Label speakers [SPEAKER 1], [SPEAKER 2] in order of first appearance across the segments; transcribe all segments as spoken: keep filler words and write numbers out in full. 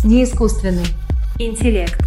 [SPEAKER 1] Неискусственный интеллект.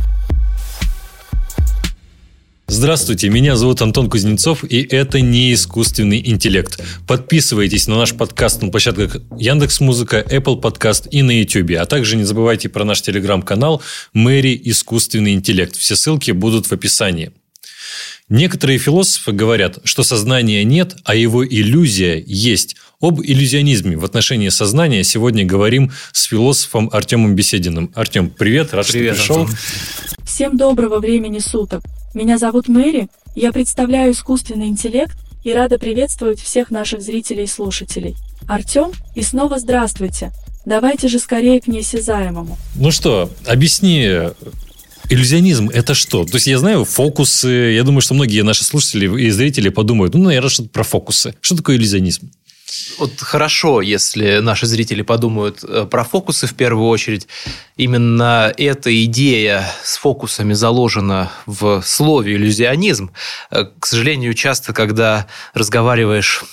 [SPEAKER 2] Здравствуйте, меня зовут Антон Кузнецов, и это не искусственный интеллект. Подписывайтесь на наш подкаст на площадках Яндекс.Музыка, Apple Podcast и на YouTube. А также не забывайте про наш телеграм-канал «Мэри Искусственный интеллект». Все ссылки будут в описании. Некоторые философы говорят, что сознания нет, а его иллюзия есть. Об иллюзионизме в отношении сознания сегодня говорим с философом Артемом Бесединым. Артем, привет, рад,
[SPEAKER 3] привет,
[SPEAKER 2] что ты пришел.
[SPEAKER 3] Антон.
[SPEAKER 4] Всем доброго времени суток. Меня зовут Мэри, я представляю искусственный интеллект и рада приветствовать всех наших зрителей и слушателей. Артем, и снова здравствуйте. Давайте же скорее к неосязаемому.
[SPEAKER 2] Ну что, объясни... Иллюзионизм – это что? То есть, я знаю фокусы. Я думаю, что многие наши слушатели и зрители подумают, ну, наверное, что-то про фокусы. Что такое иллюзионизм?
[SPEAKER 3] Вот хорошо, если наши зрители подумают про фокусы в первую очередь. Именно эта идея с фокусами заложена в слове «иллюзионизм». К сожалению, часто, когда разговариваешь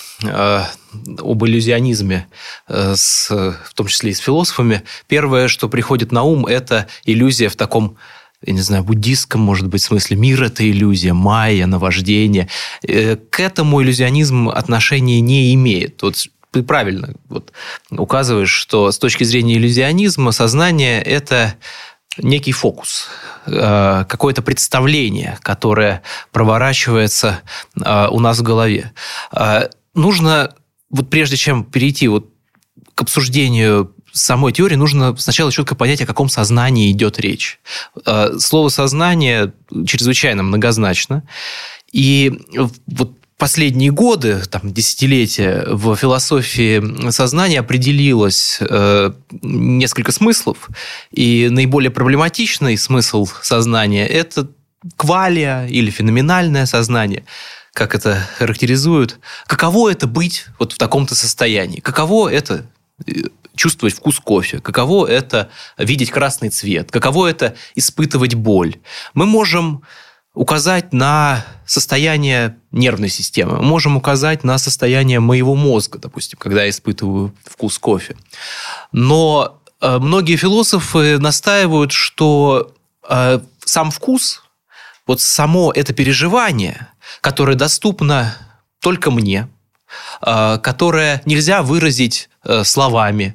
[SPEAKER 3] об иллюзионизме, с, в том числе и с философами, первое, что приходит на ум, это иллюзия в таком, я не знаю, буддистском, может быть, смысле. Мир – это иллюзия, майя, наваждение. К этому иллюзионизм отношения не имеет. Вот ты правильно вот указываешь, что с точки зрения иллюзионизма сознание – это некий фокус, какое-то представление, которое проворачивается у нас в голове. Нужно, вот прежде чем перейти вот к обсуждению самой теории, нужно сначала четко понять, о каком сознании идет речь. Слово «сознание» чрезвычайно многозначно. И вот последние годы, там, десятилетия в философии сознания определилось несколько смыслов. И наиболее проблематичный смысл сознания – это квалия или феноменальное сознание, как это характеризуют. Каково это быть вот в таком-то состоянии? Каково это чувствовать вкус кофе? Каково это видеть красный цвет? Каково это испытывать боль? Мы можем указать на состояние нервной системы, мы можем указать на состояние моего мозга, допустим, когда я испытываю вкус кофе. Но многие философы настаивают, что сам вкус, вот само это переживание, которое доступно только мне, которое нельзя выразить словами,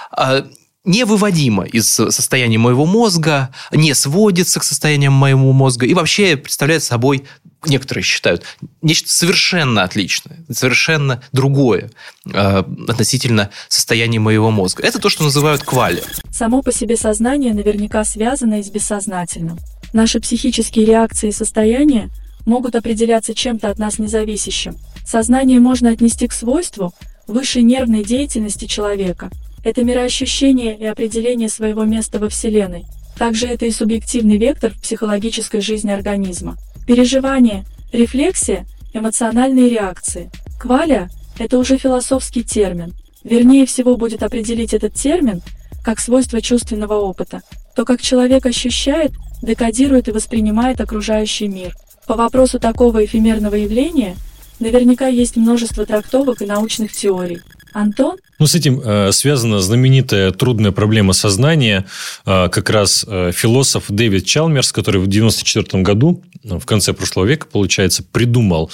[SPEAKER 3] невыводимо из состояния моего мозга, не сводится к состоянию моего мозга и вообще представляет собой, некоторые считают, нечто совершенно отличное, совершенно другое относительно состояния моего мозга. Это то, что называют квалия.
[SPEAKER 4] Само по себе сознание наверняка связано и с бессознательным. Наши психические реакции и состояния могут определяться чем-то от нас независящим. Сознание можно отнести к свойству высшей нервной деятельности человека. Это мироощущение и определение своего места во Вселенной. Также это и субъективный вектор в психологической жизни организма. Переживание, рефлексия, эмоциональные реакции. Квалия – это уже философский термин. Вернее всего будет определить этот термин как свойство чувственного опыта. То, как человек ощущает, декодирует и воспринимает окружающий мир. По вопросу такого эфемерного явления наверняка есть множество трактовок и научных теорий. Антон?
[SPEAKER 2] Ну, с этим э, связана знаменитая трудная проблема сознания. Э, как раз э, философ Дэвид Чалмерс, который в девяносто четвёртом году, в конце прошлого века, получается, придумал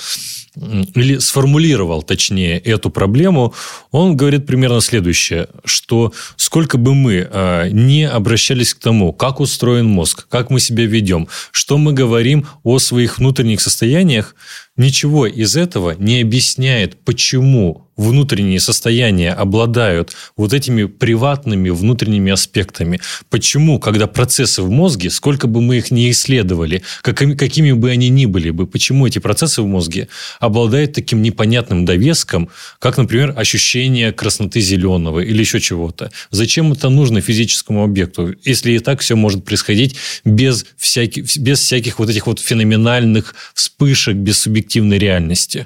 [SPEAKER 2] или сформулировал, точнее, эту проблему, он говорит примерно следующее, что сколько бы мы э, не обращались к тому, как устроен мозг, как мы себя ведем, что мы говорим о своих внутренних состояниях, ничего из этого не объясняет, почему внутренние состояния обладают вот этими приватными внутренними аспектами. Почему, когда процессы в мозге, сколько бы мы их ни исследовали, какими, какими бы они ни были бы, почему эти процессы в мозге обладают таким непонятным довеском, как, например, ощущение красноты зеленого или еще чего-то. Зачем это нужно физическому объекту, если и так все может происходить без всяких, без всяких вот этих вот феноменальных вспышек, без субъективной реальности?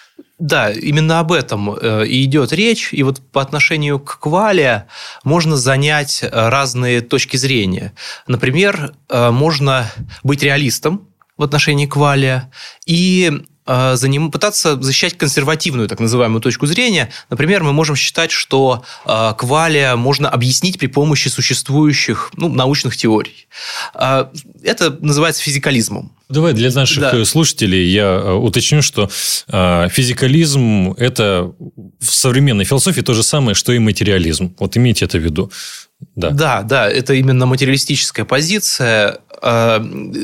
[SPEAKER 3] Да, именно об этом и идет речь. И вот по отношению к квалия можно занять разные точки зрения. Например, можно быть реалистом в отношении квалия и э, заним... пытаться защищать консервативную, так называемую, точку зрения. Например, мы можем считать, что э, квалия можно объяснить при помощи существующих ну, научных теорий. Э, это называется физикализмом.
[SPEAKER 2] Давай для наших да. слушателей я уточню, что э, физикализм – это в современной философии то же самое, что и материализм. Вот имейте это в виду. Да.
[SPEAKER 3] да, да, это именно материалистическая позиция. Я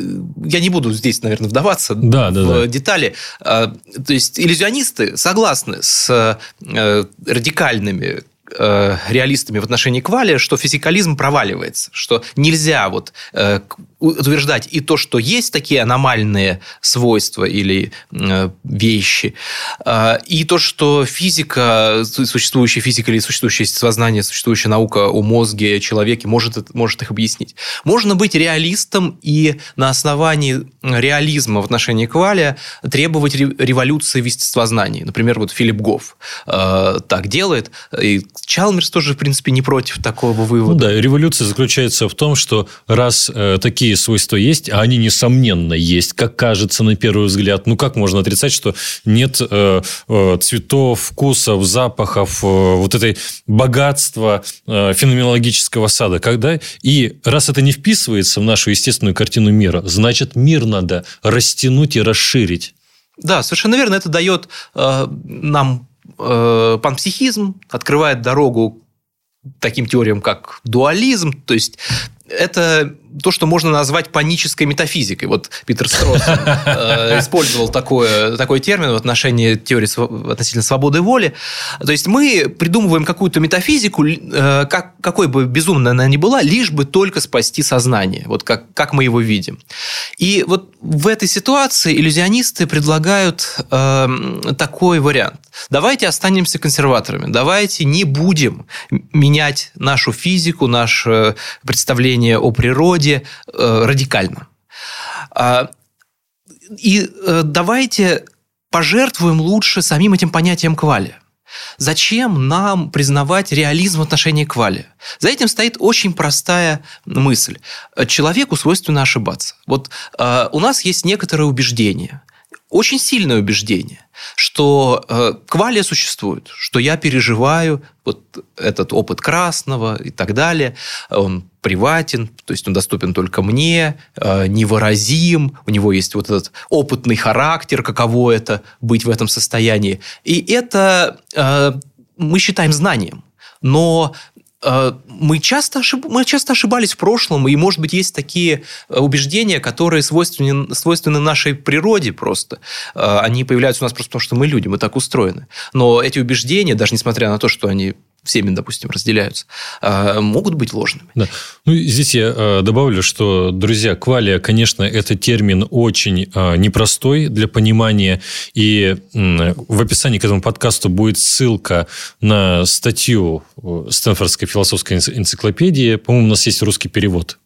[SPEAKER 3] не буду здесь, наверное, вдаваться да, в да, да. детали. То есть иллюзионисты согласны с радикальными реалистами в отношении квалия, что физикализм проваливается, что нельзя вот утверждать и то, что есть такие аномальные свойства или вещи, и то, что физика, существующая физика или существующее сознание, существующая наука о мозге, человеке может, может их объяснить. Можно быть реалистом и на основании реализма в отношении квалия требовать революции в естествознании. Например, вот Филипп Гофф так делает, и Чалмерс тоже, в принципе, не против такого вывода.
[SPEAKER 2] Ну да, революция заключается в том, что раз э, такие свойства есть, а они, несомненно, есть, как кажется на первый взгляд, ну как можно отрицать, что нет э, э, цветов, вкусов, запахов, э, вот этой богатства э, феноменологического сада, когда... И раз это не вписывается в нашу естественную картину мира, значит, мир надо растянуть и расширить.
[SPEAKER 3] Да, совершенно верно. Это дает э, нам панпсихизм, открывает дорогу таким теориям, как дуализм, то есть это то, что можно назвать панической метафизикой. Вот Питер Строссен использовал такой, такой термин в отношении теории относительно свободы воли. То есть мы придумываем какую-то метафизику, как, какой бы безумной она ни была, лишь бы только спасти сознание, вот как, как мы его видим. И вот в этой ситуации иллюзионисты предлагают э, такой вариант. Давайте останемся консерваторами, давайте не будем менять нашу физику, наше представление о природе радикально. И давайте пожертвуем лучше самим этим понятием квалия. Зачем нам признавать реализм в отношении квалия? За этим стоит очень простая мысль. Человеку свойственно ошибаться. Вот у нас есть некоторое убеждение, очень сильное убеждение, что э, квалия существует, что я переживаю вот этот опыт красного и так далее, он приватен, то есть он доступен только мне, э, невыразим, у него есть вот этот опытный характер, каково это быть в этом состоянии. И это э, мы считаем знанием, но Мы часто, ошиб... мы часто ошибались в прошлом, и, может быть, есть такие убеждения, которые свойственны, свойственны нашей природе просто. Они появляются у нас просто потому, что мы люди, мы так устроены. Но эти убеждения, даже несмотря на то, что они всеми, допустим, разделяются, могут быть ложными.
[SPEAKER 2] Да. Ну, здесь я добавлю, что, друзья, квалия, конечно, это термин очень непростой для понимания, и в описании к этому подкасту будет ссылка на статью Стэнфордской философской энциклопедии. По-моему, у нас есть русский перевод.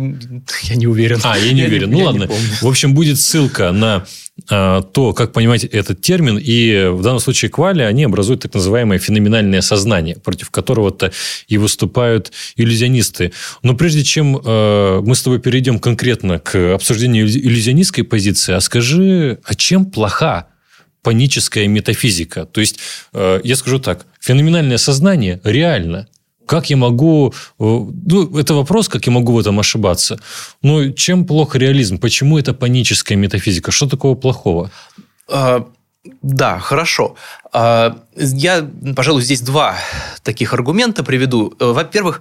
[SPEAKER 3] Я не уверен.
[SPEAKER 2] А, я не я уверен. Не, ну, я ладно. В общем, будет ссылка на то, как понимать этот термин, и в данном случае квалия, они образуют так называемое феноменальное сознание, против которого-то и выступают иллюзионисты. Но прежде чем мы с тобой перейдем конкретно к обсуждению иллюзионистской позиции, а скажи, а чем плоха паническая метафизика? То есть, я скажу так, феноменальное сознание реально. Как я могу... Ну, это вопрос, как я могу в этом ошибаться. Но чем плох реализм? Почему это паническая метафизика? Что такого плохого?
[SPEAKER 3] А, да, хорошо. А, я, пожалуй, здесь два таких аргумента приведу. Во-первых,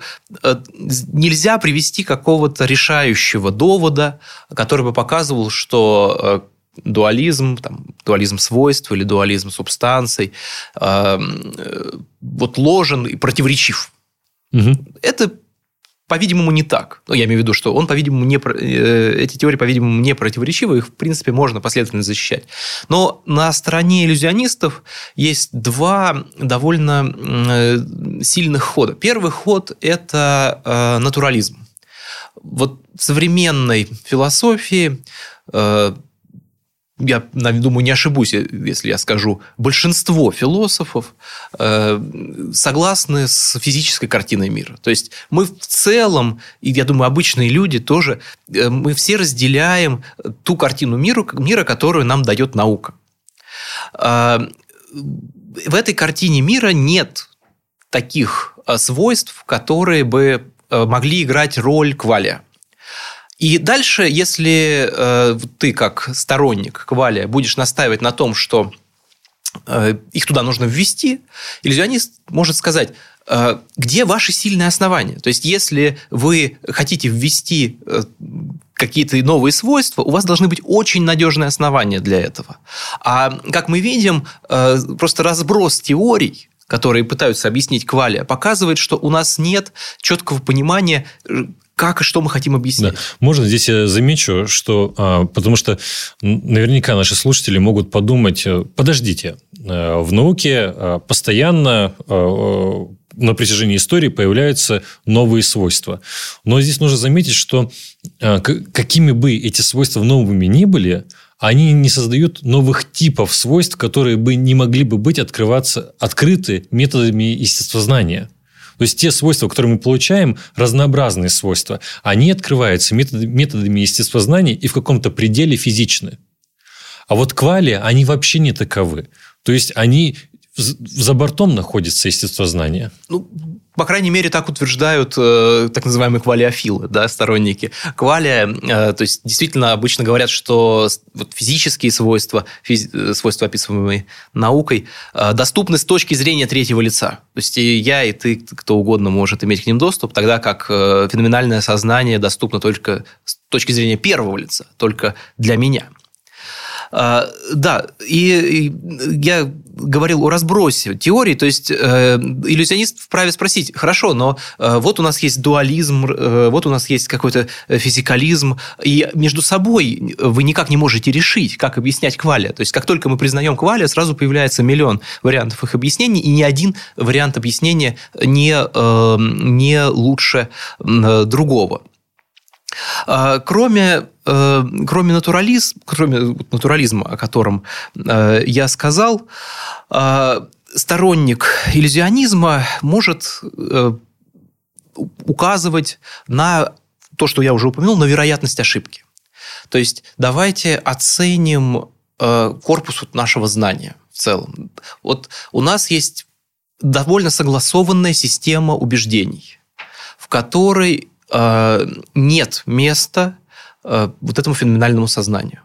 [SPEAKER 3] нельзя привести какого-то решающего довода, который бы показывал, что... дуализм, там, дуализм свойств или дуализм субстанций э, вот ложен и противоречив. Угу. Это, по-видимому, не так. Ну, я имею в виду, что он, по-видимому, не, э, эти теории, по-видимому, не противоречивы, их, в принципе, можно последовательно защищать. Но на стороне иллюзионистов есть два довольно э, сильных хода. Первый ход – это э, натурализм. Вот в современной философии э, я думаю, не ошибусь, если я скажу, большинство философов э, согласны с физической картиной мира. То есть мы в целом, и я думаю, обычные люди тоже, э, мы все разделяем ту картину мира, мира, которую нам дает наука. В этой картине мира нет таких свойств, которые бы могли играть роль квалия. И дальше, если ты, как сторонник квалия, будешь настаивать на том, что их туда нужно ввести, иллюзионист может сказать: где ваши сильные основания? То есть, если вы хотите ввести какие-то новые свойства, у вас должны быть очень надежные основания для этого. А, как мы видим, просто разброс теорий, которые пытаются объяснить квалия, показывает, что у нас нет четкого понимания, как и что мы хотим объяснить. Да.
[SPEAKER 2] Можно здесь я замечу, что... Потому что наверняка наши слушатели могут подумать: подождите, в науке постоянно на протяжении истории появляются новые свойства. Но здесь нужно заметить, что какими бы эти свойства новыми ни были, они не создают новых типов свойств, которые бы не могли бы быть открываться, открыты методами естествознания. То есть, те свойства, которые мы получаем, разнообразные свойства, они открываются метод, методами естествознания и в каком-то пределе физичны. А вот квалия, они вообще не таковы. То есть, они за бортом находится естествознание.
[SPEAKER 3] Ну, по крайней мере, так утверждают э, так называемые квалиофилы, да, сторонники. Квалия, э, то есть, действительно, обычно говорят, что вот физические свойства, физи- свойства, описываемые наукой, э, доступны с точки зрения третьего лица. То есть, и я, и ты, кто угодно может иметь к ним доступ, тогда как э, феноменальное сознание доступно только с точки зрения первого лица, только для меня. Uh, да, и, и я говорил о разбросе теорий, то есть э, иллюзионист вправе спросить: хорошо, но э, вот у нас есть дуализм, э, вот у нас есть какой-то физикализм, и между собой вы никак не можете решить, как объяснять квалия. То есть, как только мы признаем квалия, сразу появляется миллион вариантов их объяснений, и ни один вариант объяснения не, э, не лучше э, другого. Кроме, кроме, натурализм, кроме натурализма, о котором я сказал, сторонник иллюзионизма может указывать на то, что я уже упомянул, на вероятность ошибки. То есть, давайте оценим корпус нашего знания в целом. Вот у нас есть довольно согласованная система убеждений, в которой нет места вот этому феноменальному сознанию.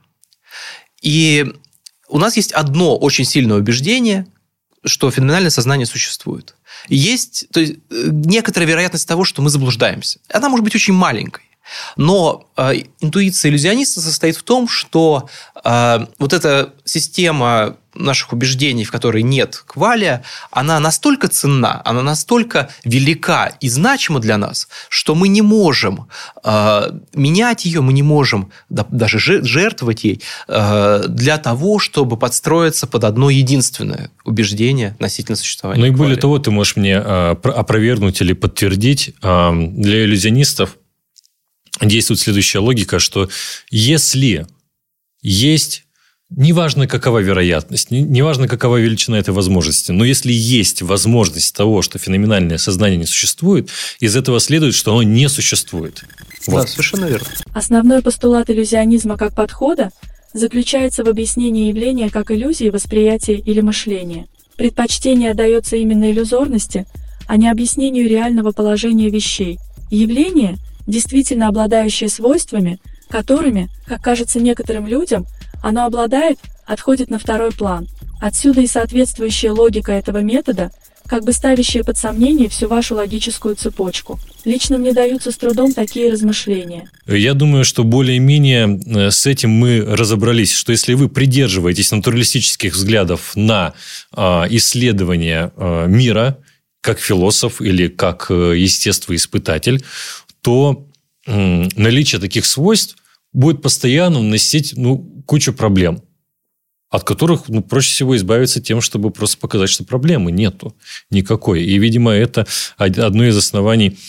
[SPEAKER 3] И у нас есть одно очень сильное убеждение, что феноменальное сознание существует. И есть, то есть, некоторая вероятность того, что мы заблуждаемся. Она может быть очень маленькой. Но э, интуиция иллюзиониста состоит в том, что э, вот эта система наших убеждений, в которой нет квалия, она настолько ценна, она настолько велика и значима для нас, что мы не можем э, менять ее, мы не можем да, даже жертвовать ей э, для того, чтобы подстроиться под одно единственное убеждение относительно существования
[SPEAKER 2] квалия. Ну и
[SPEAKER 3] квалия.
[SPEAKER 2] более того, ты можешь мне э, опровергнуть или подтвердить, э, для иллюзионистов действует следующая логика, что если есть, неважно какова вероятность, неважно какова величина этой возможности, но если есть возможность того, что феноменальное сознание не существует, из этого следует, что оно не существует.
[SPEAKER 3] Вот. Да, совершенно верно.
[SPEAKER 4] Основной постулат иллюзионизма как подхода заключается в объяснении явления как иллюзии восприятия или мышления. Предпочтение отдается именно иллюзорности, а не объяснению реального положения вещей. Явление, действительно обладающее свойствами, которыми, как кажется некоторым людям, оно обладает, отходит на второй план. Отсюда и соответствующая логика этого метода, как бы ставящая под сомнение всю вашу логическую цепочку. Лично мне даются с трудом такие размышления.
[SPEAKER 2] Я думаю, что более-менее с этим мы разобрались, что если вы придерживаетесь натуралистических взглядов на исследование мира, как философ или как естествоиспытатель, то м, наличие таких свойств будет постоянно вносить ну, кучу проблем, от которых ну, проще всего избавиться тем, чтобы просто показать, что проблемы нету никакой. И, видимо, это одно из оснований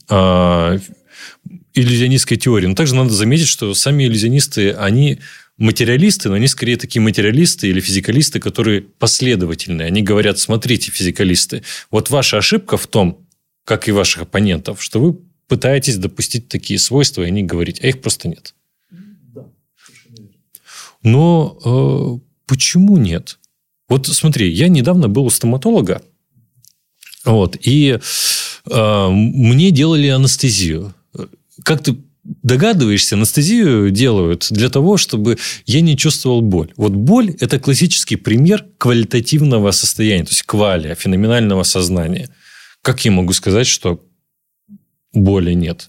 [SPEAKER 2] э, иллюзионистской теории. Но также надо заметить, что сами иллюзионисты, они материалисты, но они скорее такие материалисты или физикалисты, которые последовательные. Они говорят: смотрите, физикалисты, вот ваша ошибка в том, как и ваших оппонентов, что вы пытаетесь допустить такие свойства и не говорить, а их просто нет.
[SPEAKER 3] Да.
[SPEAKER 2] Но э, почему нет? Вот смотри, я недавно был у стоматолога, вот, и э, мне делали анестезию. Как ты догадываешься, анестезию делают для того, чтобы я не чувствовал боль. Вот боль – это классический пример квалитативного состояния, то есть квалия, феноменального сознания. Как я могу сказать, что боли нет?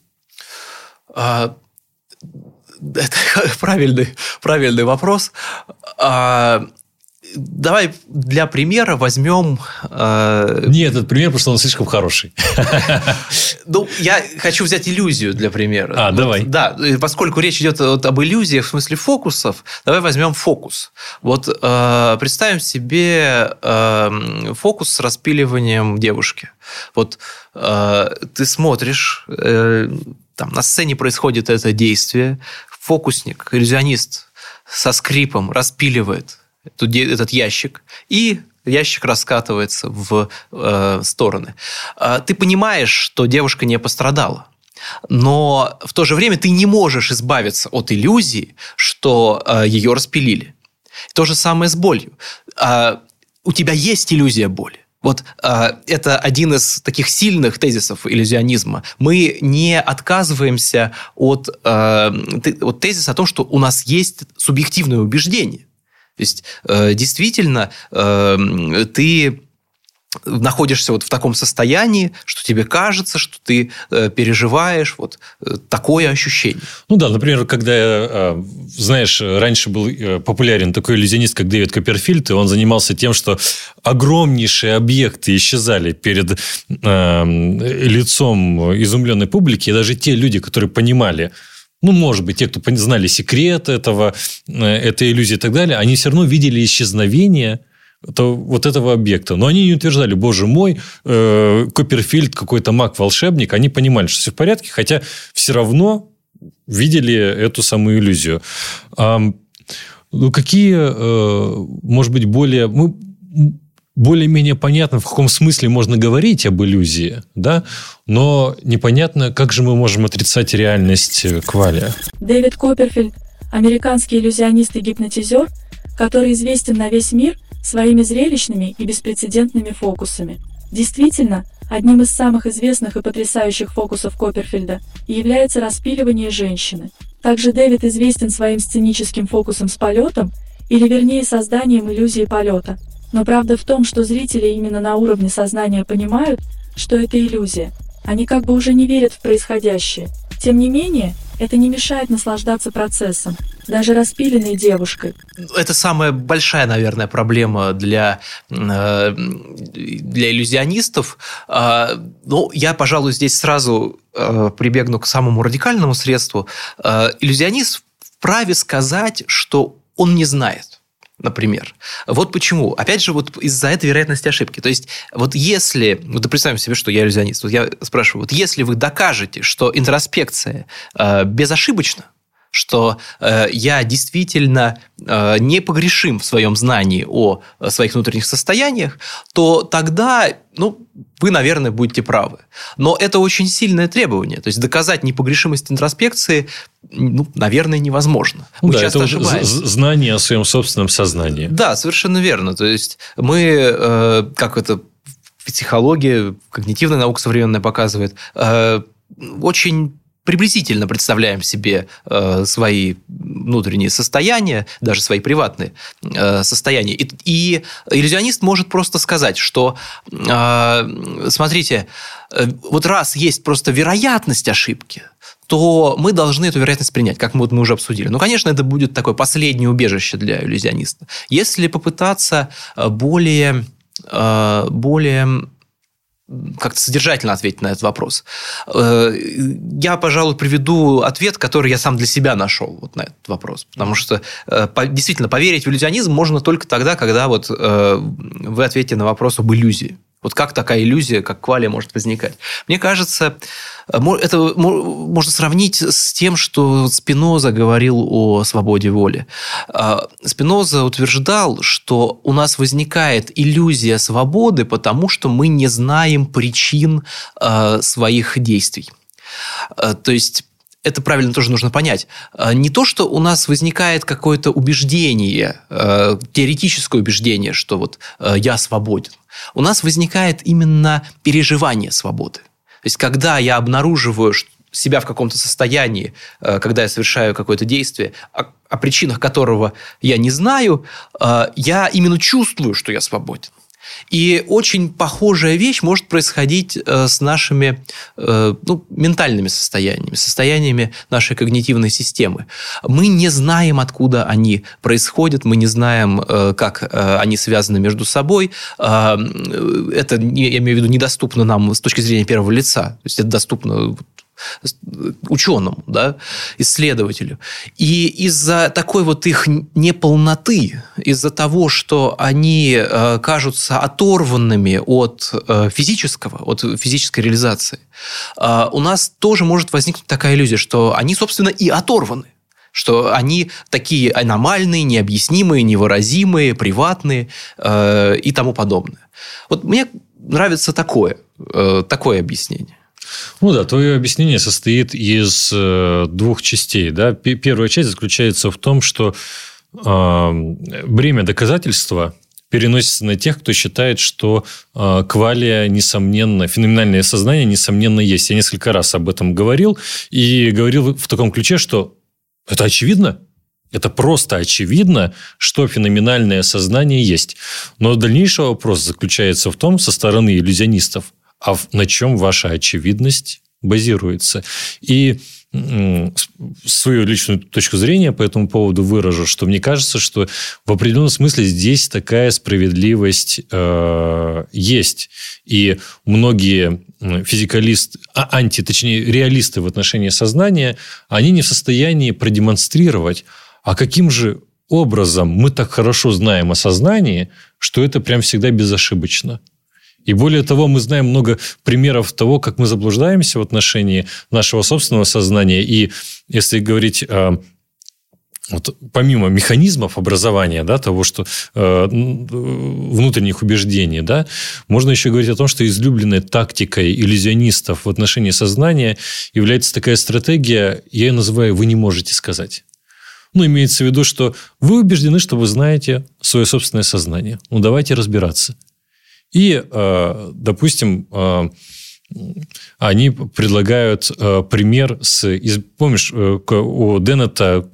[SPEAKER 3] А, это правильный, правильный вопрос. А, давай для примера возьмем... А...
[SPEAKER 2] Нет, этот пример, потому что он слишком хороший.
[SPEAKER 3] Ну, я хочу взять иллюзию для примера.
[SPEAKER 2] А, вот, давай.
[SPEAKER 3] Да, поскольку речь идет вот об иллюзиях в смысле фокусов, давай возьмем фокус. Вот э, представим себе э, фокус с распиливанием девушки. Вот э, ты смотришь, э, там на сцене происходит это действие, фокусник, иллюзионист со скрипом распиливает этот ящик, и ящик раскатывается в э, стороны. Ты понимаешь, что девушка не пострадала, но в то же время ты не можешь избавиться от иллюзии, что э, ее распилили. То же самое с болью. Э, у тебя есть иллюзия боли. Вот э, это один из таких сильных тезисов иллюзионизма. Мы не отказываемся от, э, от тезиса о том, что у нас есть субъективное убеждение. То есть, э, действительно, э, ты находишься вот в таком состоянии, что тебе кажется, что ты э, переживаешь вот э, такое ощущение.
[SPEAKER 2] Ну да, например, когда, э, знаешь, раньше был популярен такой иллюзионист, как Дэвид Копперфильд, и он занимался тем, что огромнейшие объекты исчезали перед э, лицом изумленной публики, и даже те люди, которые понимали, ну, может быть, те, кто знали секрет этого, этой иллюзии и так далее, они все равно видели исчезновение то, вот этого объекта. Но они не утверждали, боже мой, э, Копперфильд какой-то маг-волшебник. Они понимали, что все в порядке, хотя все равно видели эту самую иллюзию. А, ну, какие, э, может быть, более... Мы, более-менее понятно, в каком смысле можно говорить об иллюзии, да? Но непонятно, как же мы можем отрицать реальность квалия.
[SPEAKER 4] Дэвид Копперфильд – американский иллюзионист и гипнотизер, который известен на весь мир своими зрелищными и беспрецедентными фокусами. Действительно, одним из самых известных и потрясающих фокусов Копперфильда является распиливание женщины. Также Дэвид известен своим сценическим фокусом с полетом, или вернее созданием иллюзии полета. Но правда в том, что зрители именно на уровне сознания понимают, что это иллюзия. Они как бы уже не верят в происходящее. Тем не менее, это не мешает наслаждаться процессом, даже распиленной девушкой.
[SPEAKER 3] Это самая большая, наверное, проблема для, для иллюзионистов. Ну, я, пожалуй, здесь сразу прибегну к самому радикальному средству. Иллюзионист вправе сказать, что он не знает. Например. Вот почему. Опять же, вот из-за этой вероятности ошибки. То есть, вот если... Вот представим себе, что я иллюзионист. Вот я спрашиваю, вот если вы докажете, что интроспекция э, безошибочна, что э, я действительно э, непогрешим в своем знании о своих внутренних состояниях, то тогда, ну, вы, наверное, будете правы. Но это очень сильное требование. То есть, доказать непогрешимость интроспекции, ну, наверное, невозможно.
[SPEAKER 2] Ну,
[SPEAKER 3] мы
[SPEAKER 2] да,
[SPEAKER 3] часто
[SPEAKER 2] это
[SPEAKER 3] ошибаемся.
[SPEAKER 2] Знание о своем собственном сознании.
[SPEAKER 3] Да, совершенно верно. То есть, мы, э, как это в психологии, когнитивная наука современная показывает, э, очень... приблизительно представляем себе э, свои внутренние состояния, даже свои приватные э, состояния. И, и иллюзионист может просто сказать, что, э, смотрите, э, вот раз есть просто вероятность ошибки, то мы должны эту вероятность принять, как мы, вот мы уже обсудили. Ну, конечно, это будет такое последнее убежище для иллюзиониста. Если попытаться более... Э, более как-то содержательно ответить на этот вопрос. Я, пожалуй, приведу ответ, который я сам для себя нашел вот на этот вопрос. Потому что действительно поверить в иллюзионизм можно только тогда, когда вот вы ответите на вопрос об иллюзии. Вот как такая иллюзия, как квалия, может возникать? Мне кажется, это можно сравнить с тем, что Спиноза говорил о свободе воли. Спиноза утверждал, что у нас возникает иллюзия свободы, потому что мы не знаем причин своих действий. То есть, это правильно тоже нужно понять. Не то, что у нас возникает какое-то убеждение, теоретическое убеждение, что вот я свободен. У нас возникает именно переживание свободы. То есть, когда я обнаруживаю себя в каком-то состоянии, когда я совершаю какое-то действие, о причинах которого я не знаю, я именно чувствую, что я свободен. И очень похожая вещь может происходить с нашими ну, ментальными состояниями, состояниями нашей когнитивной системы. Мы не знаем, откуда они происходят, мы не знаем, как они связаны между собой. Это, я имею в виду, недоступно нам с точки зрения первого лица. То есть, это доступно ученому, да, исследователю. И из-за такой вот их неполноты, из-за того, что они э, кажутся оторванными от э, физического, от физической реализации, э, у нас тоже может возникнуть такая иллюзия, что они, собственно, и оторваны. Что они такие аномальные, необъяснимые, невыразимые, приватные э, и тому подобное. Вот мне нравится такое, э, такое объяснение.
[SPEAKER 2] Ну да, твое объяснение состоит из э, двух частей. Да? Первая часть заключается в том, что э, бремя доказательства переносится на тех, кто считает, что э, квалия, несомненно, феноменальное сознание, несомненно, есть. Я несколько раз об этом говорил, и говорил в таком ключе, что это очевидно. Это просто очевидно, что феноменальное сознание есть. Но дальнейший вопрос заключается в том, со стороны иллюзионистов, а на чем ваша очевидность базируется. И свою личную точку зрения по этому поводу выражу, что мне кажется, что в определенном смысле здесь такая справедливость э, есть. И многие физикалисты, а, анти, точнее, реалисты в отношении сознания, они не в состоянии продемонстрировать, а каким же образом мы так хорошо знаем о сознании, что это прям всегда безошибочно. И более того, мы знаем много примеров того, как мы заблуждаемся в отношении нашего собственного сознания. И если говорить э, вот, помимо механизмов образования, да, того, что э, внутренних убеждений, да, можно еще говорить о том, что излюбленной тактикой иллюзионистов в отношении сознания является такая стратегия, я ее называю «вы не можете сказать». Ну, имеется в виду, что вы убеждены, что вы знаете свое собственное сознание. Ну, давайте разбираться. И, допустим, они предлагают пример с... Помнишь, у Деннета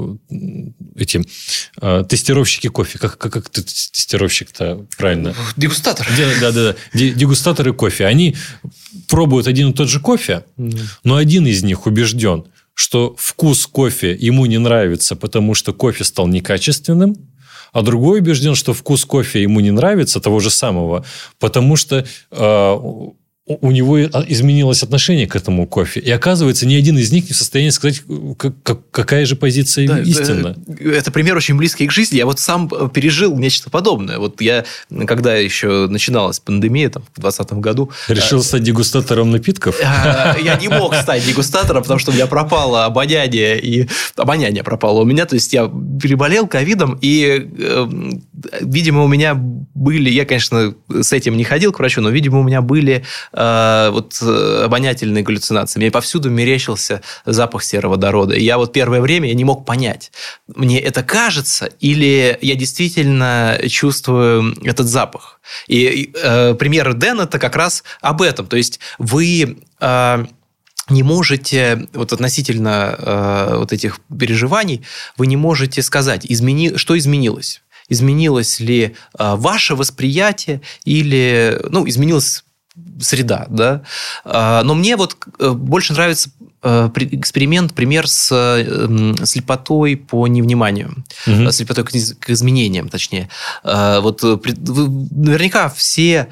[SPEAKER 2] эти тестировщики кофе. Как, как, как тестировщик-то правильно?
[SPEAKER 3] Дегустатор.
[SPEAKER 2] Да, да, да. Дегустаторы кофе. Они пробуют один и тот же кофе, но один из них убежден, что вкус кофе ему не нравится, потому что кофе стал некачественным, а другой убежден, что вкус кофе ему не нравится, того же самого, потому что э, у него изменилось отношение к этому кофе. И оказывается, ни один из них не в состоянии сказать, как, какая же позиция да, истинна.
[SPEAKER 3] Это пример очень близкий к жизни. Я вот сам пережил нечто подобное. Вот я, когда еще начиналась пандемия, там, в двадцатом году...
[SPEAKER 2] Решил стать дегустатором напитков?
[SPEAKER 3] Я не мог стать дегустатором, потому что у меня пропало обоняние, и обоняние пропало у меня. То есть, я переболел ковидом, и, видимо, у меня были... Я, конечно, с этим не ходил к врачу, но, видимо, у меня были... вот обонятельные галлюцинации. Мне повсюду мерещился запах сероводорода. И я вот первое время я не мог понять, мне это кажется или я действительно чувствую этот запах. И э, пример Деннета как раз об этом. То есть вы... Э, не можете, вот относительно э, вот этих переживаний, вы не можете сказать, измени, что изменилось. Изменилось ли э, ваше восприятие или... Ну, изменилось... среда, да. Но мне вот больше нравится эксперимент, пример с слепотой по невниманию, угу. слепотой к изменениям, точнее. Вот вы наверняка все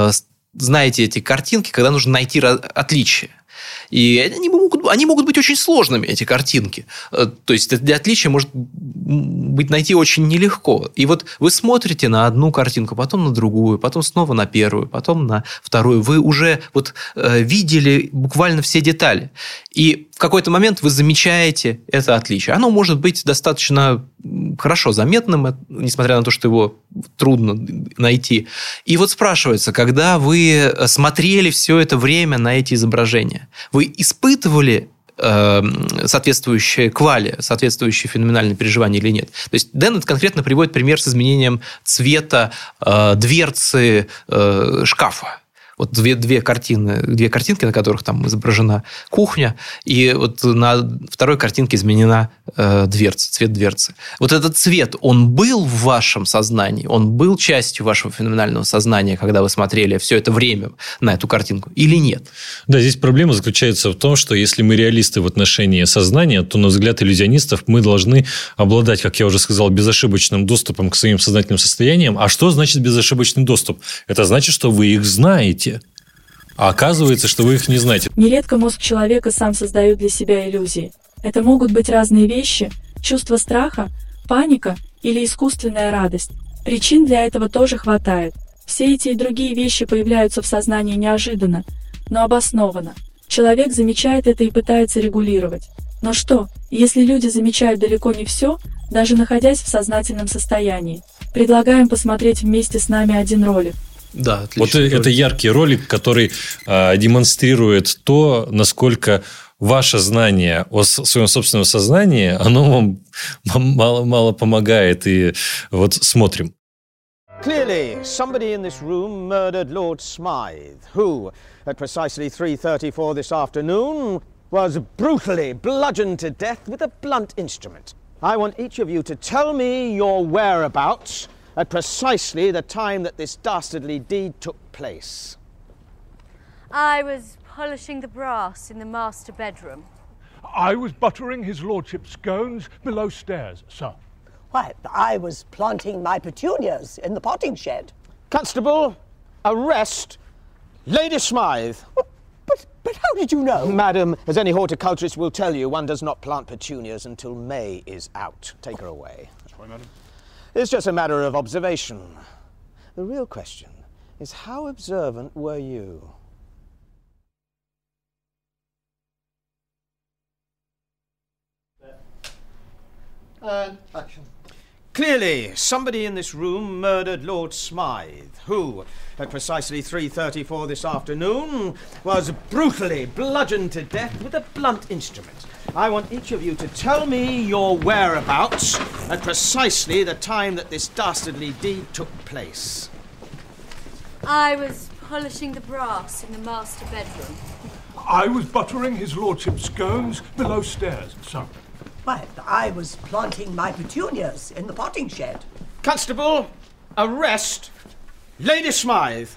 [SPEAKER 3] знаете эти картинки, когда нужно найти отличия. И они могут, они могут быть очень сложными, эти картинки. То есть, для отличия может быть найти очень нелегко. И вот вы смотрите на одну картинку, потом на другую, потом снова на первую, потом на вторую. Вы уже вот видели буквально все детали. И в какой-то момент вы замечаете это отличие. Оно может быть достаточно хорошо заметным, несмотря на то, что его трудно найти. И вот спрашивается, когда вы смотрели все это время на эти изображения, вы испытывали э, соответствующее квале, соответствующее феноменальное переживание или нет. То есть Деннет конкретно приводит пример с изменением цвета э, дверцы э, шкафа. Вот две, две картины, две картинки, на которых там изображена кухня, и вот на второй картинке изменена э, дверца, цвет дверцы. Вот этот цвет, он был в вашем сознании, он был частью вашего феноменального сознания, когда вы смотрели все это время на эту картинку, или нет?
[SPEAKER 2] Да, здесь проблема заключается в том, что если мы реалисты в отношении сознания, то, на взгляд иллюзионистов, мы должны обладать, как я уже сказал, безошибочным доступом к своим сознательным состояниям. А что значит безошибочный доступ? Это значит, что вы их знаете. А оказывается, что вы их не знаете.
[SPEAKER 4] Нередко мозг человека сам создает для себя иллюзии. Это могут быть разные вещи, чувство страха, паника или искусственная радость. Причин для этого тоже хватает. Все эти и другие вещи появляются в сознании неожиданно, но обоснованно. Человек замечает это и пытается регулировать. Но что, если люди замечают далеко не все, даже находясь в сознательном состоянии? Предлагаем посмотреть вместе с нами один ролик.
[SPEAKER 3] Да, отлично.
[SPEAKER 2] Вот это яркий ролик, который э, демонстрирует то, насколько ваше знание о своем собственном сознании, оно вам мало, мало помогает. И вот смотрим.
[SPEAKER 5] Clearly, somebody in this room murdered Lord Smythe, who, at precisely three thirty-four this afternoon, was brutally bludgeoned to death with a blunt instrument. I want each of you to tell me your whereabouts at precisely the time that this dastardly deed took place.
[SPEAKER 6] I was polishing the brass in the master bedroom.
[SPEAKER 7] I was buttering his lordship's scones below stairs, sir.
[SPEAKER 8] Why, I was planting my petunias in the potting shed.
[SPEAKER 5] Constable, arrest Lady Smythe.
[SPEAKER 8] But, but, but how did you know?
[SPEAKER 5] Madam, as any horticulturist will tell you, one does not plant petunias until May is out. Take her away.
[SPEAKER 7] That's right, madam.
[SPEAKER 5] It's just a matter of observation. The real question is, how observant were you? And action. Clearly, somebody in this room murdered Lord Smythe, who, at precisely three thirty-four this afternoon, was brutally bludgeoned to death with a blunt instrument. I want each of you to tell me your whereabouts at precisely the time that this dastardly deed took place.
[SPEAKER 6] I was polishing the brass in the master bedroom.
[SPEAKER 7] I was buttering his lordship's scones below stairs, sir.
[SPEAKER 8] Why, I was planting my petunias in the potting shed.
[SPEAKER 5] Constable, arrest Lady Smythe.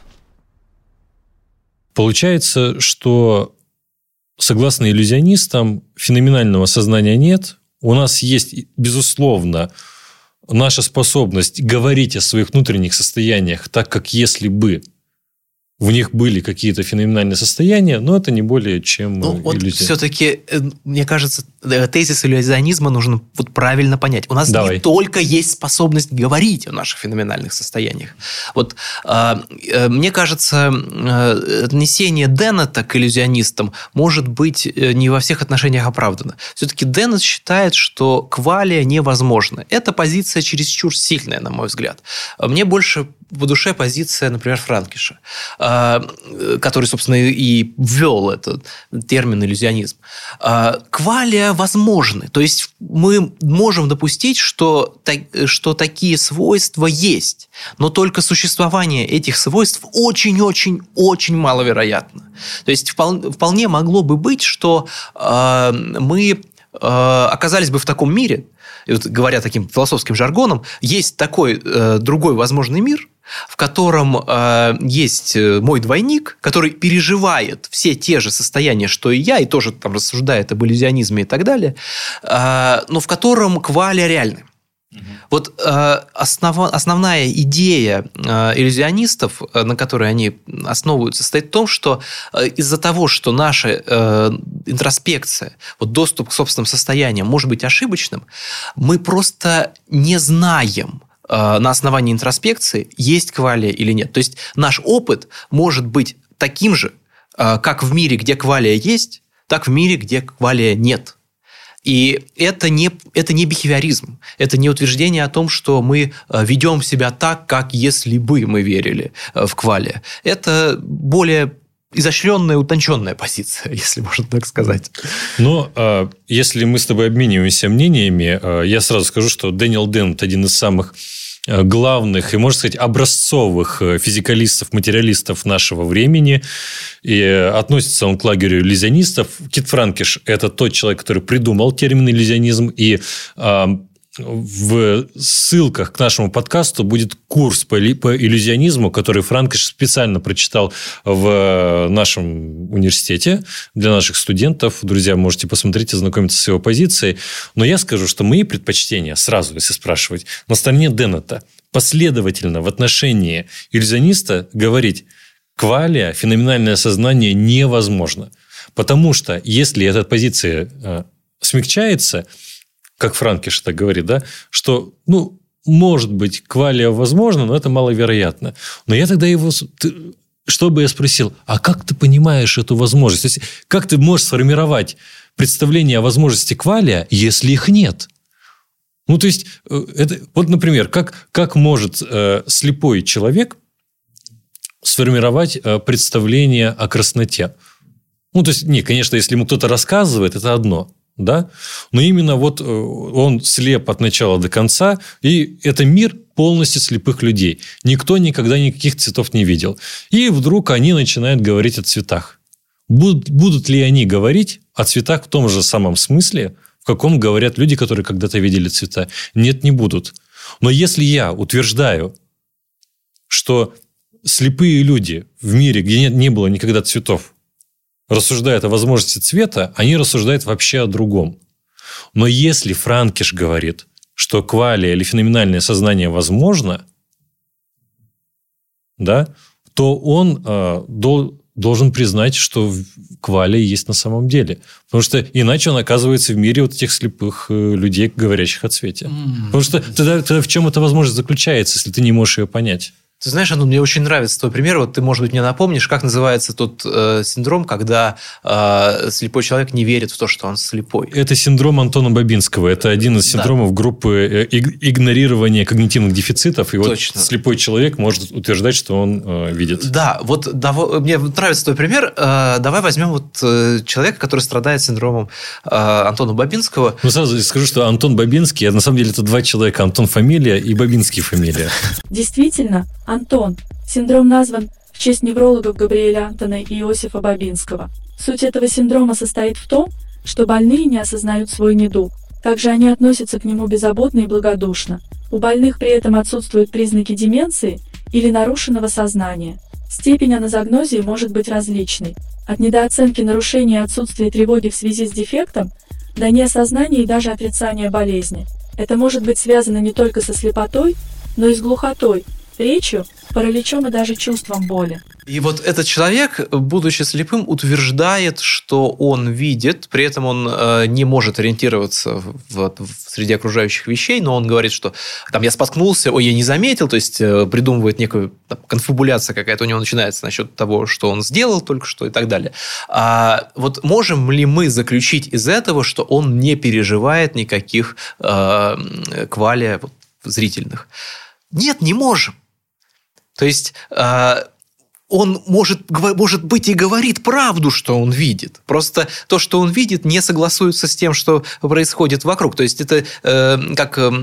[SPEAKER 2] Получается, что согласно иллюзионистам, феноменального сознания нет. У нас есть, безусловно, наша способность говорить о своих внутренних состояниях так, как если бы в них были какие-то феноменальные состояния, но это не более чем
[SPEAKER 3] ну, вот
[SPEAKER 2] иллюзия.
[SPEAKER 3] Все-таки, мне кажется, тезис иллюзионизма нужно вот правильно понять. У нас
[SPEAKER 2] Давай.
[SPEAKER 3] не только есть способность говорить о наших феноменальных состояниях. Вот э, э, мне кажется, э, отнесение Деннета к иллюзионистам может быть не во всех отношениях оправдано. Все-таки Деннет считает, что квалия невозможна. Эта позиция чересчур сильная, на мой взгляд. Мне больше по душе позиция, например, Франкиша, который, собственно, и ввел этот термин иллюзионизм. Квалия возможны. То есть мы можем допустить, что, что такие свойства есть, но только существование этих свойств очень-очень-очень маловероятно. То есть вполне могло бы быть, что мы оказались бы в таком мире, и вот, говоря таким философским жаргоном, есть такой э, другой возможный мир, в котором э, есть мой двойник, который переживает все те же состояния, что и я, и тоже там рассуждает об иллюзионизме и так далее, э, но в котором квалия реальны. Угу. Вот э, основ, основная идея э, иллюзионистов, э, на которой они основываются, состоит в том, что э, из-за того, что наша э, интроспекция, вот доступ к собственным состояниям может быть ошибочным, мы просто не знаем э, на основании интроспекции, есть квалия или нет. То есть наш опыт может быть таким же, э, как в мире, где квалия есть, так в мире, где квалия нет. И это не, это не бихевиоризм, это не утверждение о том, что мы ведем себя так, как если бы мы верили в квалия. Это более изощренная, утонченная позиция, если можно так сказать.
[SPEAKER 2] Но э, если мы с тобой обмениваемся мнениями, э, я сразу скажу, что Дэниел Деннет один из самых главных и, можно сказать, образцовых физикалистов, материалистов нашего времени. И относится он к лагерю иллюзионистов. Кит Франкиш – это тот человек, который придумал термин иллюзионизм. И э, в ссылках к нашему подкасту будет курс по, по иллюзионизму, который Франкиш специально прочитал в нашем университете для наших студентов. Друзья, можете посмотреть, ознакомиться с его позицией. Но я скажу, что мои предпочтения, сразу, если спрашивать, на стороне Деннета. Последовательно в отношении иллюзиониста говорить: квалия, феноменальное сознание невозможно. Потому что если эта позиция э, смягчается, как Франкиш так говорит, да, что, ну, может быть, квалия возможно, но это маловероятно. Но я тогда его... Что бы я спросил, а как ты понимаешь эту возможность? То есть, как ты можешь сформировать представление о возможности квалия, если их нет? Ну, то есть, это, вот, например, как, как может э, слепой человек сформировать э, представление о красноте? Ну, то есть, не, конечно, если ему кто-то рассказывает, это одно. Да? Но именно вот он слеп от начала до конца, и это мир полностью слепых людей. Никто никогда никаких цветов не видел. И вдруг они начинают говорить о цветах. Будут, будут ли они говорить о цветах в том же самом смысле, в каком говорят люди, которые когда-то видели цвета? Нет, не будут. Но если я утверждаю, что слепые люди в мире, где нет, не было никогда цветов, рассуждают о возможности цвета, они рассуждают вообще о другом. Но если Франкиш говорит, что квалия или феноменальное сознание возможно, да, то он э, дол, должен признать, что квалия есть на самом деле. Потому что иначе он оказывается в мире вот этих слепых э, людей, говорящих о цвете. Mm. Потому что тогда, тогда в чем эта возможность заключается, если ты не можешь ее понять?
[SPEAKER 3] Ты знаешь, Антон, мне очень нравится твой пример. Вот ты, может быть, мне напомнишь, как называется тот э, синдром, когда э, слепой человек не верит в то, что он слепой.
[SPEAKER 2] Это синдром Антона Бабинского. Это один из синдромов да. группы игнорирования когнитивных дефицитов. И Точно. Вот слепой человек может утверждать, что он э, видит.
[SPEAKER 3] Да, вот дав... мне нравится твой пример. Э, давай возьмем вот э, человека, который страдает синдромом э, Антона Бабинского.
[SPEAKER 2] Ну, сразу скажу, что Антон Бабинский, на самом деле, это два человека. Антон фамилия и Бабинский фамилия.
[SPEAKER 4] Действительно, Антон. Синдром назван в честь неврологов Габриэля Антона и Иосифа Бабинского. Суть этого синдрома состоит в том, что больные не осознают свой недуг. Также они относятся к нему беззаботно и благодушно. У больных при этом отсутствуют признаки деменции или нарушенного сознания. Степень аназагнозии может быть различной. От недооценки нарушения и отсутствия тревоги в связи с дефектом до неосознания и даже отрицания болезни. Это может быть связано не только со слепотой, но и с глухотой, речью, параличом и даже чувством боли.
[SPEAKER 3] И вот этот человек, будучи слепым, утверждает, что он видит, при этом он э, не может ориентироваться в, в, в среди окружающих вещей, но он говорит, что там я споткнулся, ой, я не заметил, то есть э, придумывает некую там, конфабуляция какая-то у него начинается насчет того, что он сделал только что и так далее. А вот можем ли мы заключить из этого, что он не переживает никаких э, квалий вот, зрительных? Нет, не можем. То есть, э, он может, может быть и говорит правду, что он видит. Просто то, что он видит, не согласуется с тем, что происходит вокруг. То есть, это э, как, э,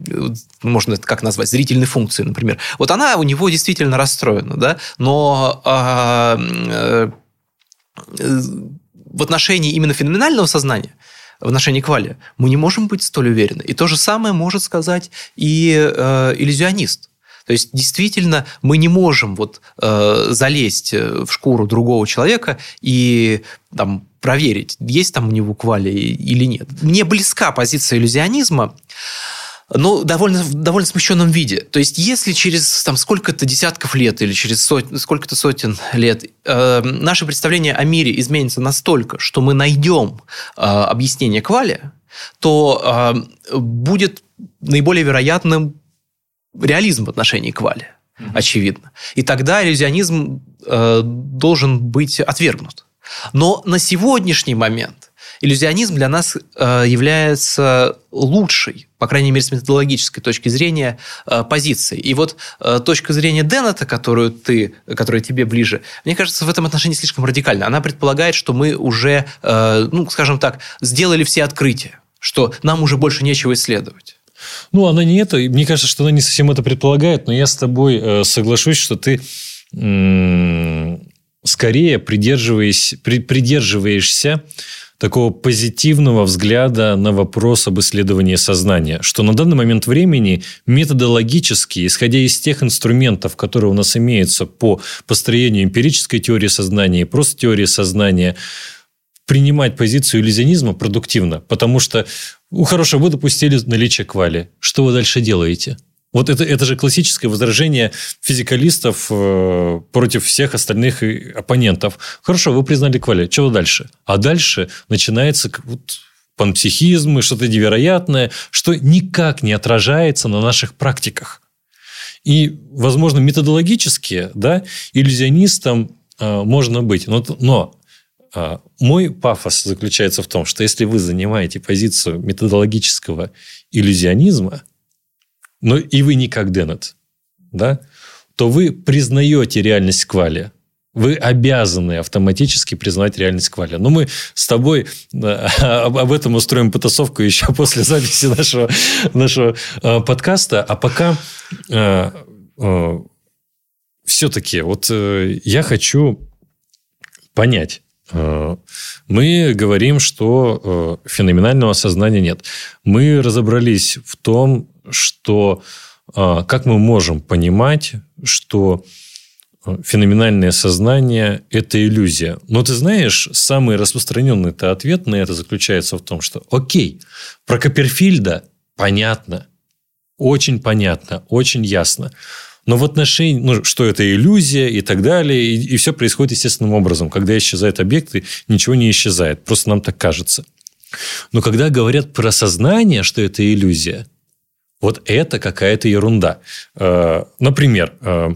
[SPEAKER 3] можно это как назвать, зрительной функции, например. Вот она у него действительно расстроена, да? Но э, э, в отношении именно феноменального сознания, в отношении квалия, мы не можем быть столь уверены. И то же самое может сказать и э, иллюзионист. То есть, действительно, мы не можем вот, э, залезть в шкуру другого человека и там, проверить, есть там у него квалия или нет. Мне близка позиция иллюзионизма, но довольно, в довольно смещенном виде. То есть, если через там, сколько-то десятков лет или через сот... сколько-то сотен лет э, наше представление о мире изменится настолько, что мы найдем э, объяснение квалия, то э, будет наиболее вероятным реализм в отношении квалия, mm-hmm. очевидно. И тогда иллюзионизм э, должен быть отвергнут. Но на сегодняшний момент иллюзионизм для нас является лучшей, по крайней мере, с методологической точки зрения, позицией. И вот точка зрения Деннета, которую ты, которая тебе ближе, мне кажется, в этом отношении слишком радикальна. Она предполагает, что мы уже, ну, скажем так, сделали все открытия, что нам уже больше нечего исследовать.
[SPEAKER 2] Ну, она не это. Мне кажется, что она не совсем это предполагает, но я с тобой э, соглашусь, что ты м- скорее придерживаешь, при, придерживаешься такого позитивного взгляда на вопрос об исследовании сознания, что на данный момент времени методологически, исходя из тех инструментов, которые у нас имеются по построению эмпирической теории сознания и просто теории сознания, принимать позицию иллюзионизма продуктивно, потому что у хорошего вы допустили наличие квали. Что вы дальше делаете? Вот это, это же классическое возражение физикалистов э, против всех остальных оппонентов. Хорошо, вы признали квали. Чего дальше? А дальше начинается вот панпсихизм и что-то невероятное, что никак не отражается на наших практиках. И, возможно, методологически, да, иллюзионистом э, можно быть. Но, но э, мой пафос заключается в том, что если вы занимаете позицию методологического иллюзионизма, но и вы не как Деннет, да, то вы признаете реальность квали. Вы обязаны автоматически признать реальность квали. Но мы с тобой об этом устроим потасовку еще после записи нашего, нашего подкаста. А пока все-таки вот я хочу понять. Мы говорим, что феноменального сознания нет. Мы разобрались в том, что как мы можем понимать, что феноменальное сознание – это иллюзия. Но ты знаешь, самый распространенный-то ответ на это заключается в том, что окей, про Копперфильда понятно, очень понятно, очень ясно. Но в отношении, ну, что это иллюзия и так далее, и, и все происходит естественным образом. Когда исчезают объекты, ничего не исчезает. Просто нам так кажется. Но когда говорят про сознание, что это иллюзия, вот это какая-то ерунда. Например,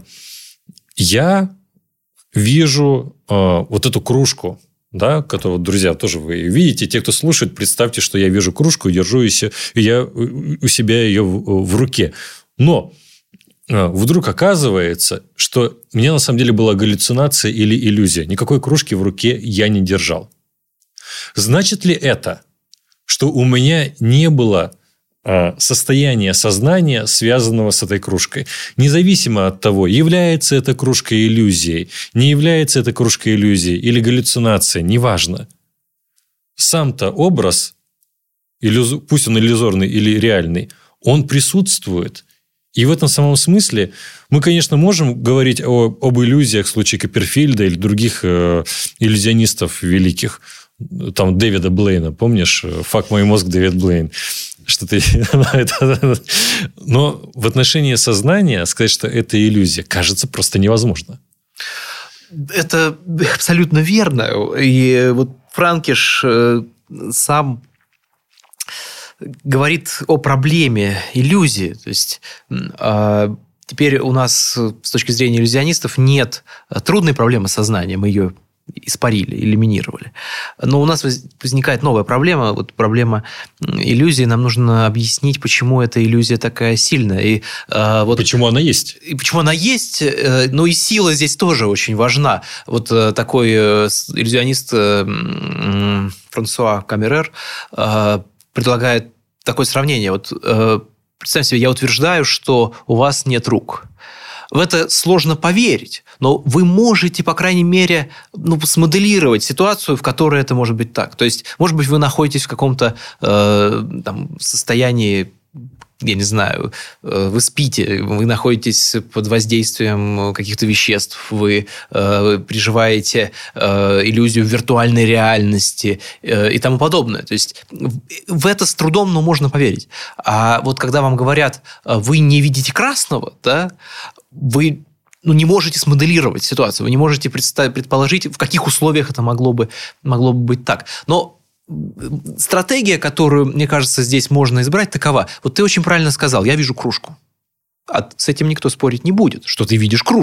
[SPEAKER 2] я вижу вот эту кружку, да, которую, друзья, тоже вы видите. Те, кто слушает, представьте, что я вижу кружку и держу ее, я у себя ее в, в руке. Но вдруг оказывается, что у меня на самом деле была галлюцинация или иллюзия. Никакой кружки в руке я не держал. Значит ли это, что у меня не было состояния сознания, связанного с этой кружкой? Независимо от того, является эта кружка иллюзией, не является эта кружка иллюзией или галлюцинацией, неважно. Сам-то образ, пусть он иллюзорный или реальный, он присутствует. И в этом самом смысле мы, конечно, можем говорить о, об иллюзиях в случае Копперфильда или других э, иллюзионистов великих. Там Дэвида Блейна, помнишь? «Фак мой мозг, Дэвид Блейн». Что ты... Но в отношении сознания сказать, что это иллюзия, кажется просто невозможно.
[SPEAKER 3] Это абсолютно верно. И вот Франкиш сам говорит о проблеме иллюзии. То есть теперь у нас с точки зрения иллюзионистов нет трудной проблемы сознания. Мы ее испарили, элиминировали. Но у нас возникает новая проблема. Вот проблема иллюзии. Нам нужно объяснить, почему эта иллюзия такая сильная. И, э, вот,
[SPEAKER 2] почему она есть.
[SPEAKER 3] И почему она есть. Э, но и сила здесь тоже очень важна. Вот э, такой э, иллюзионист э, Франсуа Камерер э, предлагает такое сравнение. Вот, э, представьте себе, я утверждаю, что у вас нет рук. В это сложно поверить, но вы можете, по крайней мере, ну, смоделировать ситуацию, в которой это может быть так. То есть, может быть, вы находитесь в каком-то э, там, состоянии, я не знаю, э, вы спите, вы находитесь под воздействием каких-то веществ, вы э, переживаете э, иллюзию виртуальной реальности э, и тому подобное. То есть, в это с трудом, но можно поверить. А вот когда вам говорят, вы не видите красного, да, вы ну, не можете смоделировать ситуацию, вы не можете предположить, в каких условиях это могло бы, могло бы быть так. Но стратегия, которую, мне кажется, здесь можно избрать, такова. Вот ты очень правильно сказал, я вижу кружку. А с этим никто спорить не будет, что ты видишь кружку.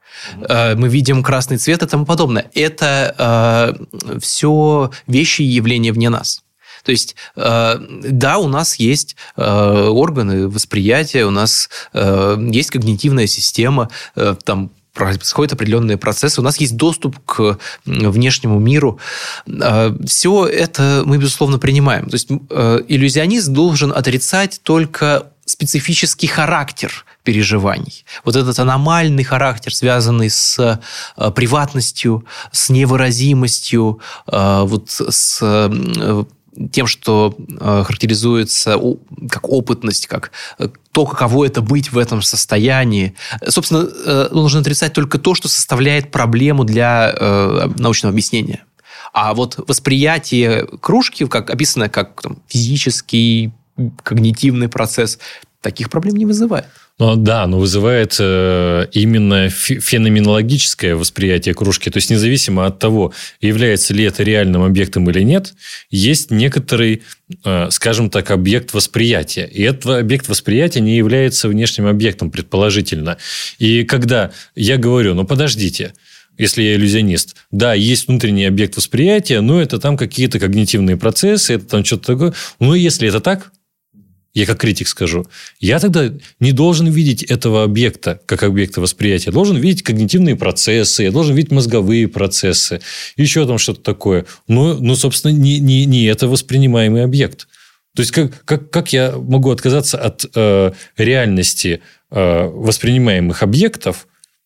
[SPEAKER 3] Mm-hmm. Мы видим красный цвет и тому подобное. Это э, все вещи и явления вне нас. То есть, э, да, у нас есть э, органы восприятия, у нас э, есть когнитивная система, э, там происходят определенные процессы, у нас есть доступ к внешнему миру. Э, все это мы, безусловно, принимаем. То есть, э, иллюзионист должен отрицать только специфический характер переживаний. Вот этот аномальный характер, связанный с э, приватностью, с невыразимостью, э, вот с... Э, тем, что э, характеризуется о, как опытность, как э, то, каково это быть в этом состоянии. Собственно, э, он должен отрицать только то, что составляет проблему для э, научного объяснения. А вот восприятие кружки, как описано как там, физический, когнитивный процесс, таких проблем не вызывает.
[SPEAKER 2] Ну, да, но вызывает э, именно феноменологическое восприятие кружки. То есть, независимо от того, является ли это реальным объектом или нет, есть некоторый, э, скажем так, объект восприятия. И этот объект восприятия не является внешним объектом, предположительно. И когда я говорю, ну, подождите, если я иллюзионист, да, есть внутренний объект восприятия, но это там какие-то когнитивные процессы, это там что-то такое. Но если это так, я как критик скажу, я тогда не должен видеть этого объекта как объекта восприятия. Я должен видеть когнитивные процессы, я должен видеть мозговые процессы, еще там что-то такое. Но, но собственно, не, не, не это воспринимаемый объект. То есть, как, как, как я могу отказаться от э, реальности э, воспринимаемых объектов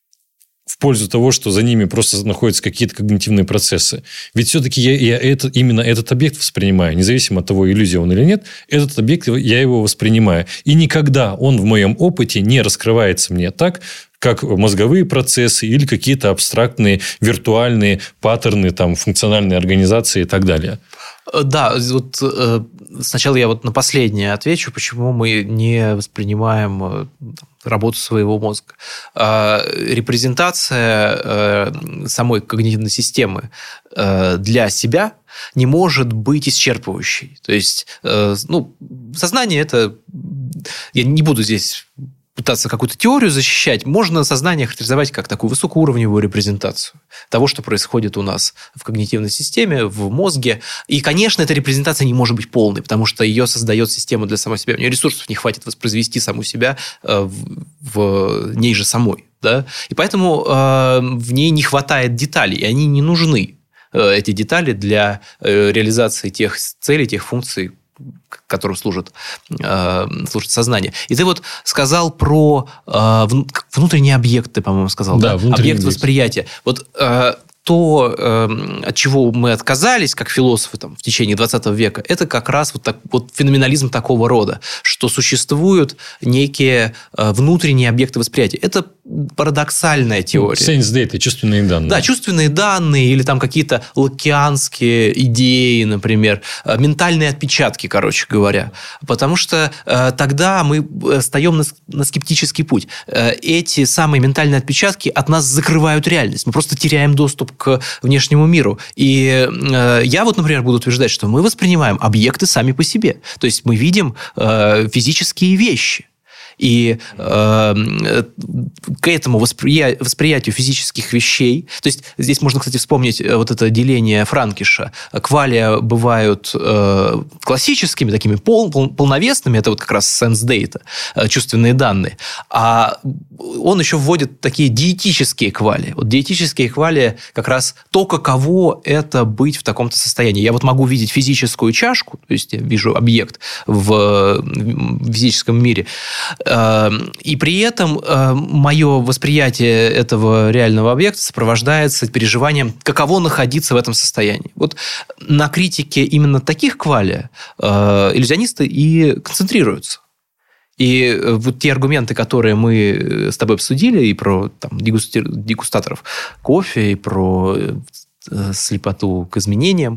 [SPEAKER 2] в пользу того, что за ними просто находятся какие-то когнитивные процессы. Ведь все-таки я, я это, именно этот объект воспринимаю, независимо от того, иллюзия он или нет, этот объект, я его воспринимаю. И никогда он в моем опыте не раскрывается мне так, как мозговые процессы или какие-то абстрактные, виртуальные паттерны, там, функциональные организации и так далее.
[SPEAKER 3] Да, вот э, сначала я вот на последнее отвечу, почему мы не воспринимаем э, работу своего мозга. Э, репрезентация э, самой когнитивной системы э, для себя не может быть исчерпывающей. То есть, э, ну, сознание – это... Я не буду здесь пытаться какую-то теорию защищать, можно сознание характеризовать как такую высокоуровневую репрезентацию того, что происходит у нас в когнитивной системе, в мозге. И, конечно, эта репрезентация не может быть полной, потому что ее создает система для самой себя. У нее ресурсов не хватит воспроизвести саму себя в, в ней же самой. Да? И поэтому э, в ней не хватает деталей, и они не нужны, э, эти детали, для э, реализации тех целей, тех функций, которым служит, э, служит сознание. И ты вот сказал про э, внутренний объект, ты, по-моему, сказал, да? да? Объект объект. восприятия. Вот э, то, э, от чего мы отказались, как философы там, в течение двадцатого века, это как раз вот, так, вот феноменализм такого рода, что существуют некие э, внутренние объекты восприятия. Это парадоксальная теория.
[SPEAKER 2] Sense data, чувственные данные.
[SPEAKER 3] Да, чувственные данные или там какие-то лакианские идеи, например, ментальные отпечатки, короче говоря. Потому что э, тогда мы встаем на, на скептический путь. Э, эти самые ментальные отпечатки от нас закрывают реальность. Мы просто теряем доступ к внешнему миру. И э, я вот, например, буду утверждать, что мы воспринимаем объекты сами по себе. То есть мы видим э, физические вещи. И э, к этому восприя... восприятию физических вещей, то есть здесь можно, кстати, вспомнить вот это деление Франкиша. Квалия бывают э, классическими, такими пол... полновесными, это вот как раз sense data, э, чувственные данные, а он еще вводит такие диетические квалии. Вот диетические квалии как раз то, каково это быть в таком-то состоянии. Я вот могу видеть физическую чашку, то есть я вижу объект в физическом мире, и при этом мое восприятие этого реального объекта сопровождается переживанием, каково находиться в этом состоянии. Вот на критике именно таких квалий иллюзионисты и концентрируются. И вот те аргументы, которые мы с тобой обсудили, и про там, дегустаторов кофе, и про слепоту к изменениям,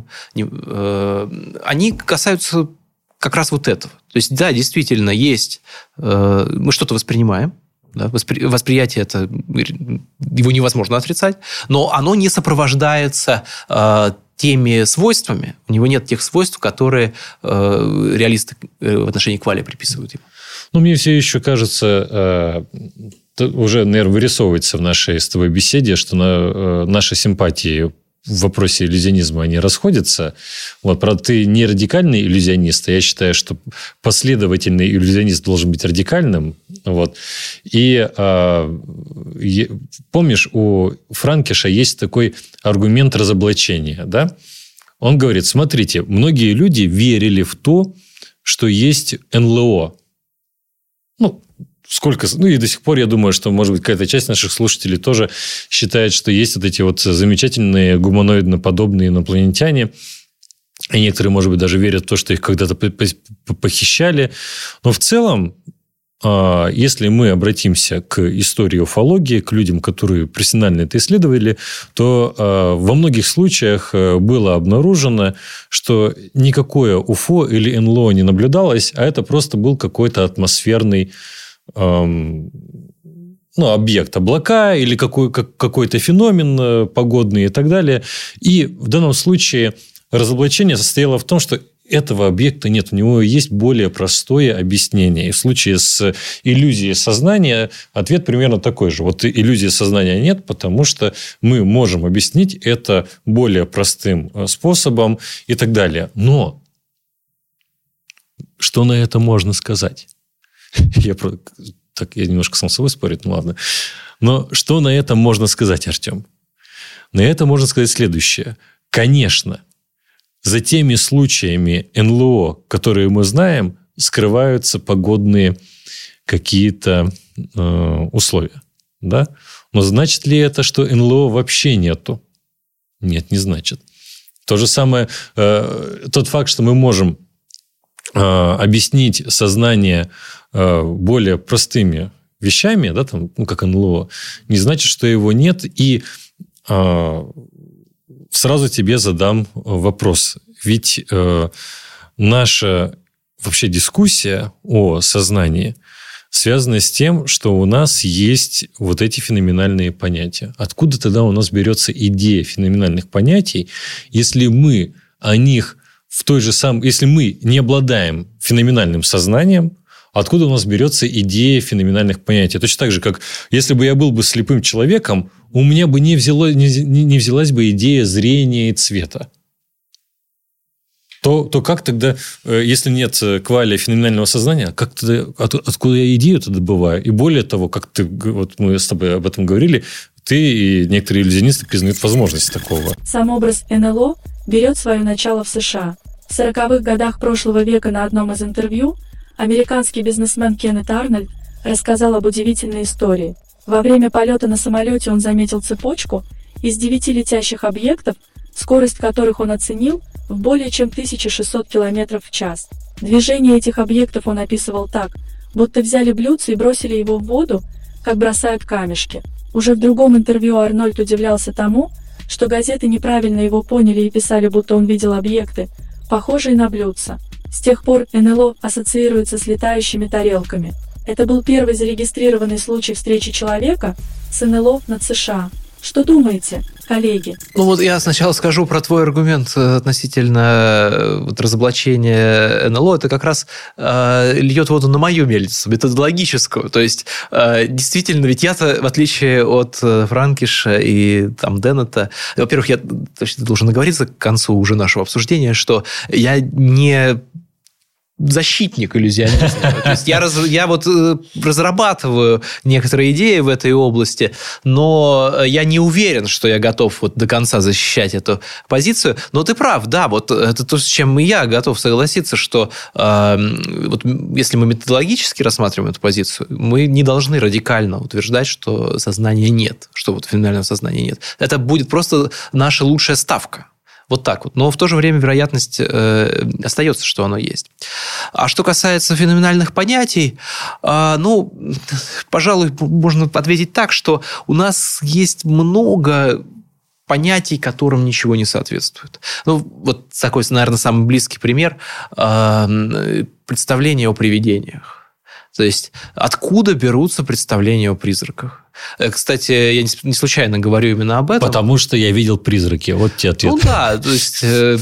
[SPEAKER 3] они касаются как раз вот этого. То есть, да, действительно, есть... Э, мы что-то воспринимаем. Да, воспри, восприятие это... Его невозможно отрицать. Но оно не сопровождается э, теми свойствами. У него нет тех свойств, которые э, реалисты в отношении квалии приписывают ему.
[SPEAKER 2] Ну, мне все еще кажется... Э... уже, наверное, вырисовывается в нашей с тобой беседе, что на, наши симпатии в вопросе иллюзионизма они расходятся. Вот, правда, ты не радикальный иллюзионист, а я считаю, что последовательный иллюзионист должен быть радикальным. Вот. И э, помнишь, у Франкиша есть такой аргумент разоблачения, да? Он говорит, смотрите, многие люди верили в то, что есть эн эл о. Ну, сколько... Ну, и до сих пор, я думаю, что, может быть, какая-то часть наших слушателей тоже считает, что есть вот эти вот замечательные гуманоидно-подобные инопланетяне. И некоторые, может быть, даже верят в то, что их когда-то похищали. Но в целом, если мы обратимся к истории уфологии, к людям, которые профессионально это исследовали, то во многих случаях было обнаружено, что никакое уфо или эн эл о не наблюдалось, а это просто был какой-то атмосферный ну, объект, облака или какой, как, какой-то феномен погодный и так далее. И в данном случае разоблачение состояло в том, что этого объекта нет, у него есть более простое объяснение. И в случае с иллюзией сознания ответ примерно такой же. Вот иллюзии сознания нет, потому что мы можем объяснить это более простым способом и так далее. Но что на это можно сказать? Я, так, я немножко сам с собой спорю, ну ладно. Но что на это можно сказать, Артем? На это можно сказать следующее. Конечно, за теми случаями эн эл о, которые мы знаем, скрываются погодные какие-то э, условия. Да? Но значит ли это, что эн эл о вообще нету? Нет, не значит. То же самое, э, тот факт, что мы можем э, объяснить сознание э, более простыми вещами, да, там, ну, как эн эл о, не значит, что его нет. И э, сразу тебе задам вопрос. Ведь э, наша вообще дискуссия о сознании связана с тем, что у нас есть вот эти феноменальные понятия. Откуда тогда у нас берется идея феноменальных понятий, если мы о них в той же самой... Если мы не обладаем феноменальным сознанием, откуда у нас берется идея феноменальных понятий? Точно так же, как если бы я был бы слепым человеком, у меня бы не, взяло, не, не взялась бы идея зрения и цвета. То, то как тогда, если нет кваля феноменального сознания, как тогда, от, откуда я идею-то добываю? И более того, как ты, вот мы с тобой об этом говорили, ты и некоторые иллюзионисты признают возможность такого.
[SPEAKER 4] Сам образ эн эл о берет свое начало в США. В сороковых годах прошлого века на одном из интервью американский бизнесмен Кеннет Арнольд рассказал об удивительной истории. Во время полета на самолете он заметил цепочку из девяти летящих объектов, скорость которых он оценил в более чем тысяча шестьсот километров в час. Движение этих объектов он описывал так, будто взяли блюдце и бросили его в воду, как бросают камешки. Уже в другом интервью Арнольд удивлялся тому, что газеты неправильно его поняли и писали, будто он видел объекты, похожие на блюдца. С тех пор эн эл о ассоциируется с летающими тарелками. Это был первый зарегистрированный случай встречи человека с эн эл о над США. Что думаете, коллеги?
[SPEAKER 3] Ну вот я сначала скажу про твой аргумент относительно вот, разоблачения эн эл о. Это как раз э, льет воду на мою мельницу, методологическую. То есть, э, действительно, ведь я-то, в отличие от Франкиша и там, Деннета, во-первых, я точно должен наговориться к концу уже нашего обсуждения, что я не... защитник иллюзионизма. То есть я, раз, я вот разрабатываю некоторые идеи в этой области, но я не уверен, что я готов вот до конца защищать эту позицию. Но ты прав, да, вот это то, с чем и я готов согласиться, что э, вот если мы методологически рассматриваем эту позицию, мы не должны радикально утверждать, что сознания нет, что вот феноменального сознания нет. Это будет просто наша лучшая ставка. Вот так вот. Но в то же время вероятность э, остается, что оно есть. А что касается феноменальных понятий, э, ну, пожалуй, можно ответить так, что у нас есть много понятий, которым ничего не соответствует. Ну, вот такой, наверное, самый близкий пример э, представление о привидениях. То есть, откуда берутся представления о призраках? Кстати, я не случайно говорю именно об этом.
[SPEAKER 2] Потому что я видел призраки. Вот тебе ответ.
[SPEAKER 3] Ну да, то есть,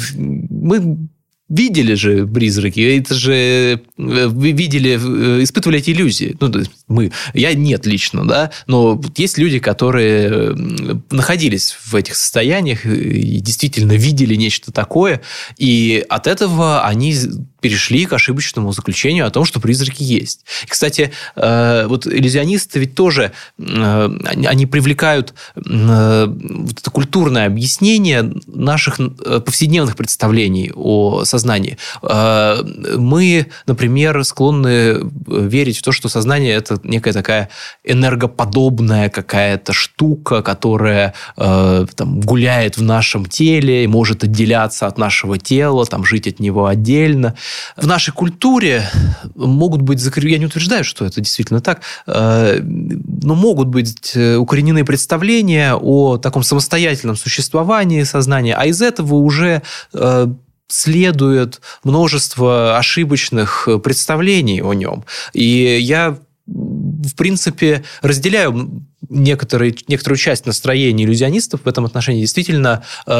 [SPEAKER 3] мы видели же призраки, это же вы видели, испытывали эти иллюзии. Ну, мы, я нет лично, да, но есть люди, которые находились в этих состояниях и действительно видели нечто такое, и от этого они перешли к ошибочному заключению о том, что призраки есть. И, кстати, вот иллюзионисты ведь тоже, они привлекают вот это культурное объяснение наших повседневных представлений о сознании. Мы, например, склонны верить в то, что сознание – это некая такая энергоподобная какая-то штука, которая там, гуляет в нашем теле и может отделяться от нашего тела, там, жить от него отдельно. В нашей культуре могут быть закреплены, я не утверждаю, что это действительно так, но могут быть укоренены представления о таком самостоятельном существовании сознания, а из этого уже следует множество ошибочных представлений о нем. И я, в принципе, разделяю некоторые, некоторую часть настроения иллюзионистов в этом отношении. Действительно,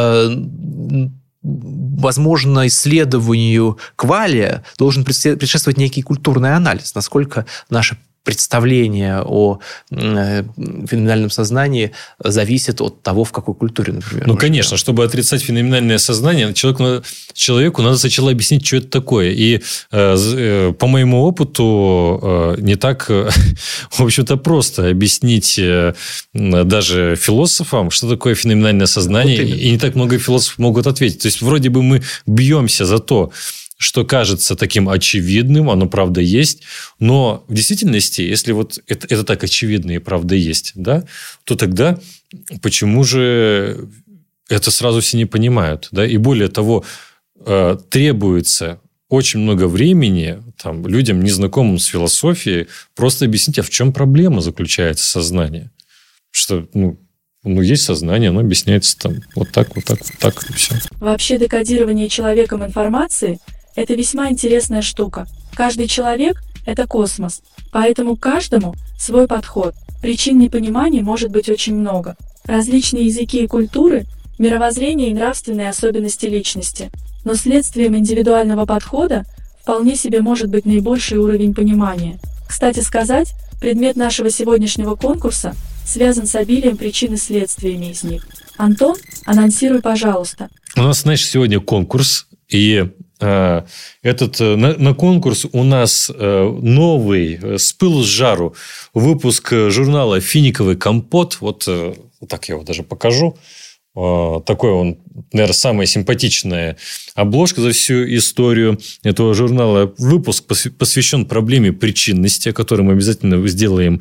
[SPEAKER 3] возможно, исследованию квалия должен предшествовать некий культурный анализ, насколько наше представление о феноменальном сознании зависит от того, в какой культуре, например.
[SPEAKER 2] Ну, конечно, чтобы отрицать феноменальное сознание, человеку, человеку надо сначала объяснить, что это такое. И э, по моему опыту э, не так, э, в общем-то, просто объяснить э, даже философам, что такое феноменальное сознание. Вот и не так много философов могут ответить. То есть, вроде бы мы бьемся за то, что кажется таким очевидным, оно правда есть, но в действительности, если вот это, это так очевидно и правда есть, да, то тогда почему же это сразу все не понимают, да? И более того, э, требуется очень много времени там, людям, незнакомым с философией, просто объяснить, а в чем проблема заключается сознание. Что, ну, Ну, есть сознание, оно объясняется там вот так, вот так, вот так, и все.
[SPEAKER 4] Вообще декодирование человеком информации – это весьма интересная штука. Каждый человек – это космос, поэтому каждому свой подход. Причин непонимания может быть очень много. Различные языки и культуры, мировоззрение и нравственные особенности личности. Но следствием индивидуального подхода вполне себе может быть наибольший уровень понимания. Кстати сказать, предмет нашего сегодняшнего конкурса связан с обилием причин и следствиями из них. Антон, анонсируй, пожалуйста.
[SPEAKER 2] У нас, знаешь, сегодня конкурс, и э, этот, на, на конкурс у нас э, новый, э, с пылу с жару, выпуск журнала «Финиковый компот». Вот, э, вот так я его даже покажу. Э, такой он, наверное, самая симпатичная обложка за всю историю этого журнала. Выпуск посвящен проблеме причинности, о которой мы обязательно сделаем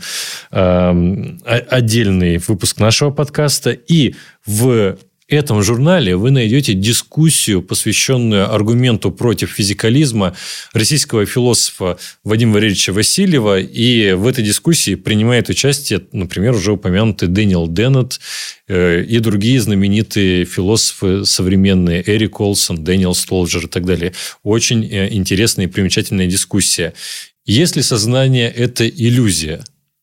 [SPEAKER 2] э, отдельный выпуск нашего подкаста. И в В этом журнале вы найдете дискуссию, посвященную аргументу против физикализма российского философа Вадима Валерьевича Васильева. И в этой дискуссии принимает участие, например, уже упомянутый Дэниел Деннет и другие знаменитые философы современные, Эрик Олсон, Дэниел Столджер и так далее. Очень интересная и примечательная дискуссия. Если сознание – это иллюзия,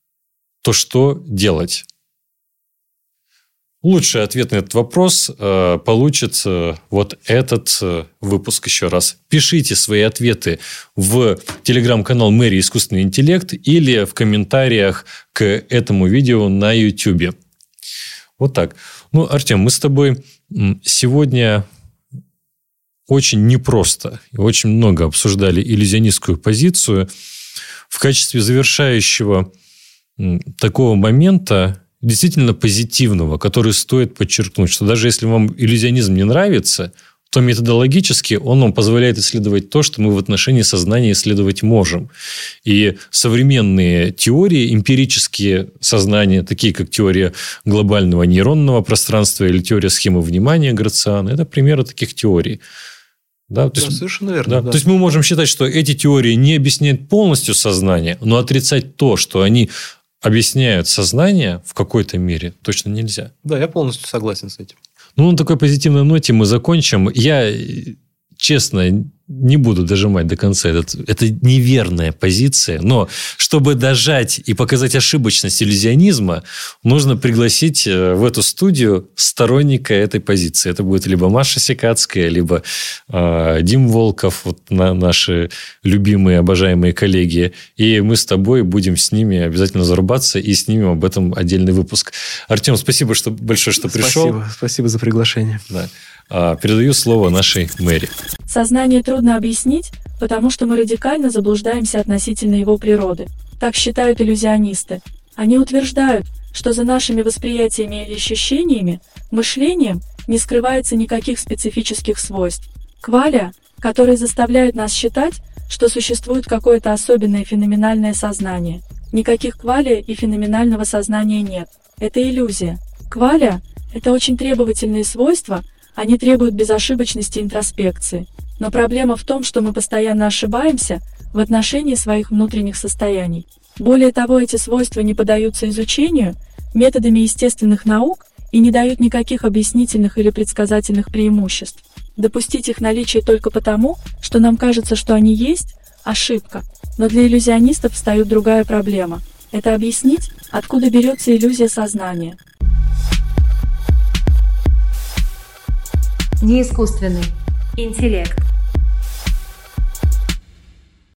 [SPEAKER 2] то что делать? Лучший ответ на этот вопрос э, получит э, вот этот э, выпуск еще раз. Пишите свои ответы в телеграм-канал «Мэри. Искусственный интеллект» или в комментариях к этому видео на YouTube. Вот так. Ну, Артем, мы с тобой сегодня очень непросто и очень много обсуждали иллюзионистскую позицию. В качестве завершающего такого момента, действительно позитивного, который стоит подчеркнуть, что даже если вам иллюзионизм не нравится, то методологически он нам позволяет исследовать то, что мы в отношении сознания исследовать можем. И современные теории, эмпирические сознания, такие как теория глобального нейронного пространства или теория схемы внимания Грациана, это примеры таких теорий. Да, то
[SPEAKER 3] да,
[SPEAKER 2] есть,
[SPEAKER 3] совершенно верно.
[SPEAKER 2] Да.
[SPEAKER 3] Да.
[SPEAKER 2] То есть мы можем считать, что эти теории не объясняют полностью сознание, но отрицать то, что они объясняют сознание в какой-то мере, точно нельзя.
[SPEAKER 3] Да, я полностью согласен с этим.
[SPEAKER 2] Ну, на такой позитивной ноте мы закончим. Я, честно, не буду дожимать до конца. Этот, это неверная позиция. Но чтобы дожать и показать ошибочность иллюзионизма, нужно пригласить в эту студию сторонника этой позиции. Это будет либо Маша Секацкая, либо э, Дим Волков, вот на, наши любимые, обожаемые коллеги. И мы с тобой будем с ними обязательно зарубаться и снимем об этом отдельный выпуск. Артем, спасибо что, большое, что пришел.
[SPEAKER 3] Спасибо, спасибо за приглашение.
[SPEAKER 2] Да. Передаю слово нашей Мэри.
[SPEAKER 4] Сознание трудно объяснить, потому что мы радикально заблуждаемся относительно его природы. Так считают иллюзионисты. Они утверждают, что за нашими восприятиями или ощущениями, мышлением не скрывается никаких специфических свойств. Квалия, которые заставляют нас считать, что существует какое-то особенное феноменальное сознание. Никаких квалия и феноменального сознания нет. Это иллюзия. Квалия – это очень требовательные свойства. Они требуют безошибочности интроспекции. Но проблема в том, что мы постоянно ошибаемся в отношении своих внутренних состояний. Более того, эти свойства не поддаются изучению методами естественных наук и не дают никаких объяснительных или предсказательных преимуществ. Допустить их наличие только потому, что нам кажется, что они есть – ошибка. Но для иллюзионистов встает другая проблема. Это объяснить, откуда берется иллюзия сознания.
[SPEAKER 1] Неискусственный интеллект.